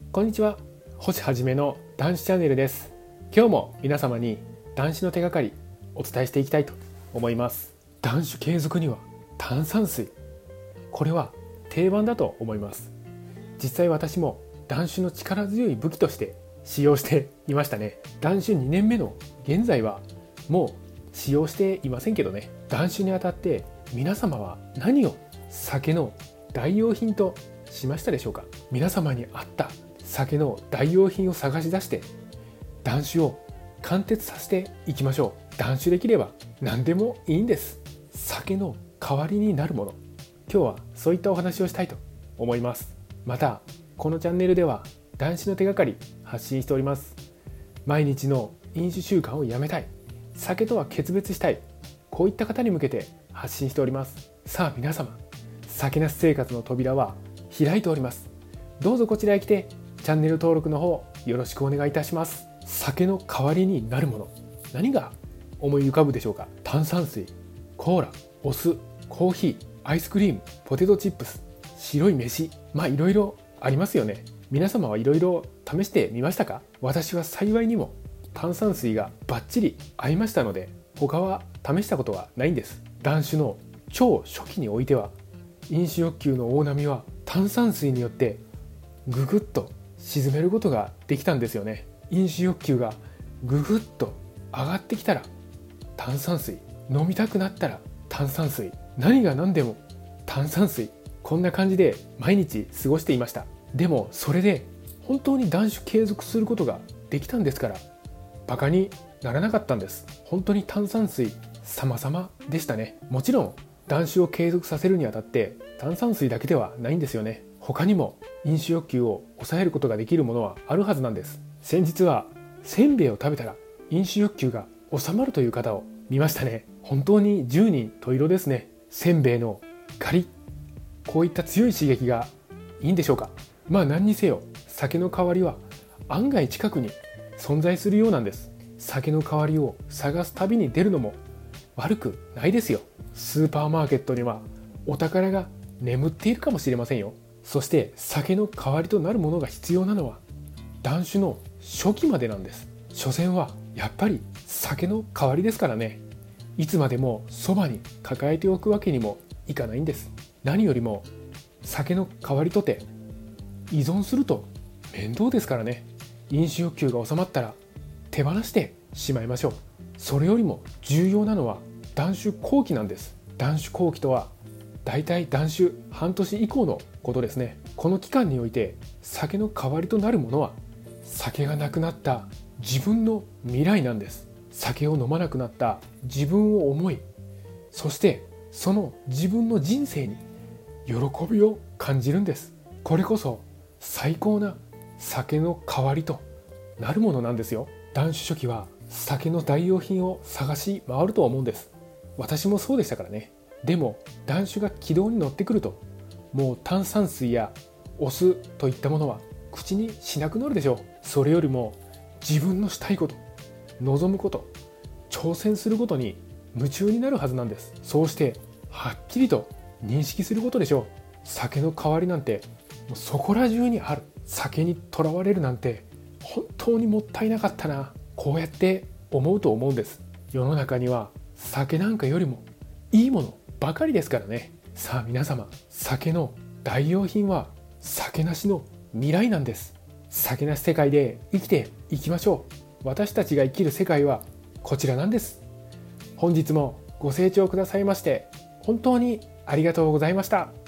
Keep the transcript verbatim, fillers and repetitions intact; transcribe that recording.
こんにちは、星はじめの男子チャンネルです。今日も皆様に男子の手がかりお伝えしていきたいと思います。男子継続には炭酸水、これは定番だと思います。実際私も男子の力強い武器として使用していましたね。男子にねんめの現在はもう使用していませんけどね。男子にあたって皆様は何を酒の代用品としましたでしょうか。皆様に合った酒の代用品を探し出して断酒を貫徹させていきましょう。断酒できれば何でもいいんです。酒の代わりになるもの、今日はそういったお話をしたいと思います。またこのチャンネルでは断酒の手がかり発信しております。毎日の飲酒習慣をやめたい、酒とは決別したい、こういった方に向けて発信しております。さあ皆様、酒なし生活の扉は開いております。どうぞこちらへ来てチャンネル登録の方よろしくお願いいたします。酒の代わりになるもの、何が思い浮かぶでしょうか。炭酸水、コーラ、お酢、コーヒー、アイスクリーム、ポテトチップス、白い飯、まあいろいろありますよね。皆様はいろいろ試してみましたか。私は幸いにも炭酸水がバッチリ合いましたので、他は試したことはないんです。断酒の超初期においては飲酒欲求の大波は炭酸水によってぐぐっと沈めることができたんですよね。飲酒欲求がぐぐっと上がってきたら炭酸水、飲みたくなったら炭酸水、何が何でも炭酸水、こんな感じで毎日過ごしていました。でもそれで本当に断酒継続することができたんですから、バカにならなかったんです。本当に炭酸水様々でしたね。もちろん断酒を継続させるにあたって炭酸水だけではないんですよね。他にも飲酒欲求を抑えることができるものはあるはずなんです。先日はせんべいを食べたら飲酒欲求が収まるという方を見ましたね。本当に十人十色ですね。せんべいのガリッ、こういった強い刺激がいいんでしょうか。まあ何にせよ酒の代わりは案外近くに存在するようなんです。酒の代わりを探す旅に出るのも悪くないですよ。スーパーマーケットにはお宝が眠っているかもしれませんよ。そして酒の代わりとなるものが必要なのは断酒の初期までなんです。所詮はやっぱり酒の代わりですからね。いつまでもそばに抱えておくわけにもいかないんです。何よりも酒の代わりとて依存すると面倒ですからね。飲酒欲求が収まったら手放してしまいましょう。それよりも重要なのは断酒後期なんです。断酒後期とはだいたい断酒半年以降のことですね。この期間において酒の代わりとなるものは酒がなくなった自分の未来なんです。酒を飲まなくなった自分を思い、そしてその自分の人生に喜びを感じるんです。これこそ最高な酒の代わりとなるものなんですよ。断酒初期は酒の代用品を探し回ると思うんです。私もそうでしたからね。でも断酒が軌道に乗ってくると、もう炭酸水やお酢といったものは口にしなくなるでしょう。それよりも自分のしたいこと、望むこと、挑戦することに夢中になるはずなんです。そうしてはっきりと認識することでしょう。酒の代わりなんてもうそこら中にある。酒にとらわれるなんて本当にもったいなかったな、こうやって思うと思うんです。世の中には酒なんかよりもいいものばかりですからね。さあ皆様、酒の代用品は酒なしの未来なんです。酒なし世界で生きていきましょう。私たちが生きる世界はこちらなんです。本日もご清聴くださいまして本当にありがとうございました。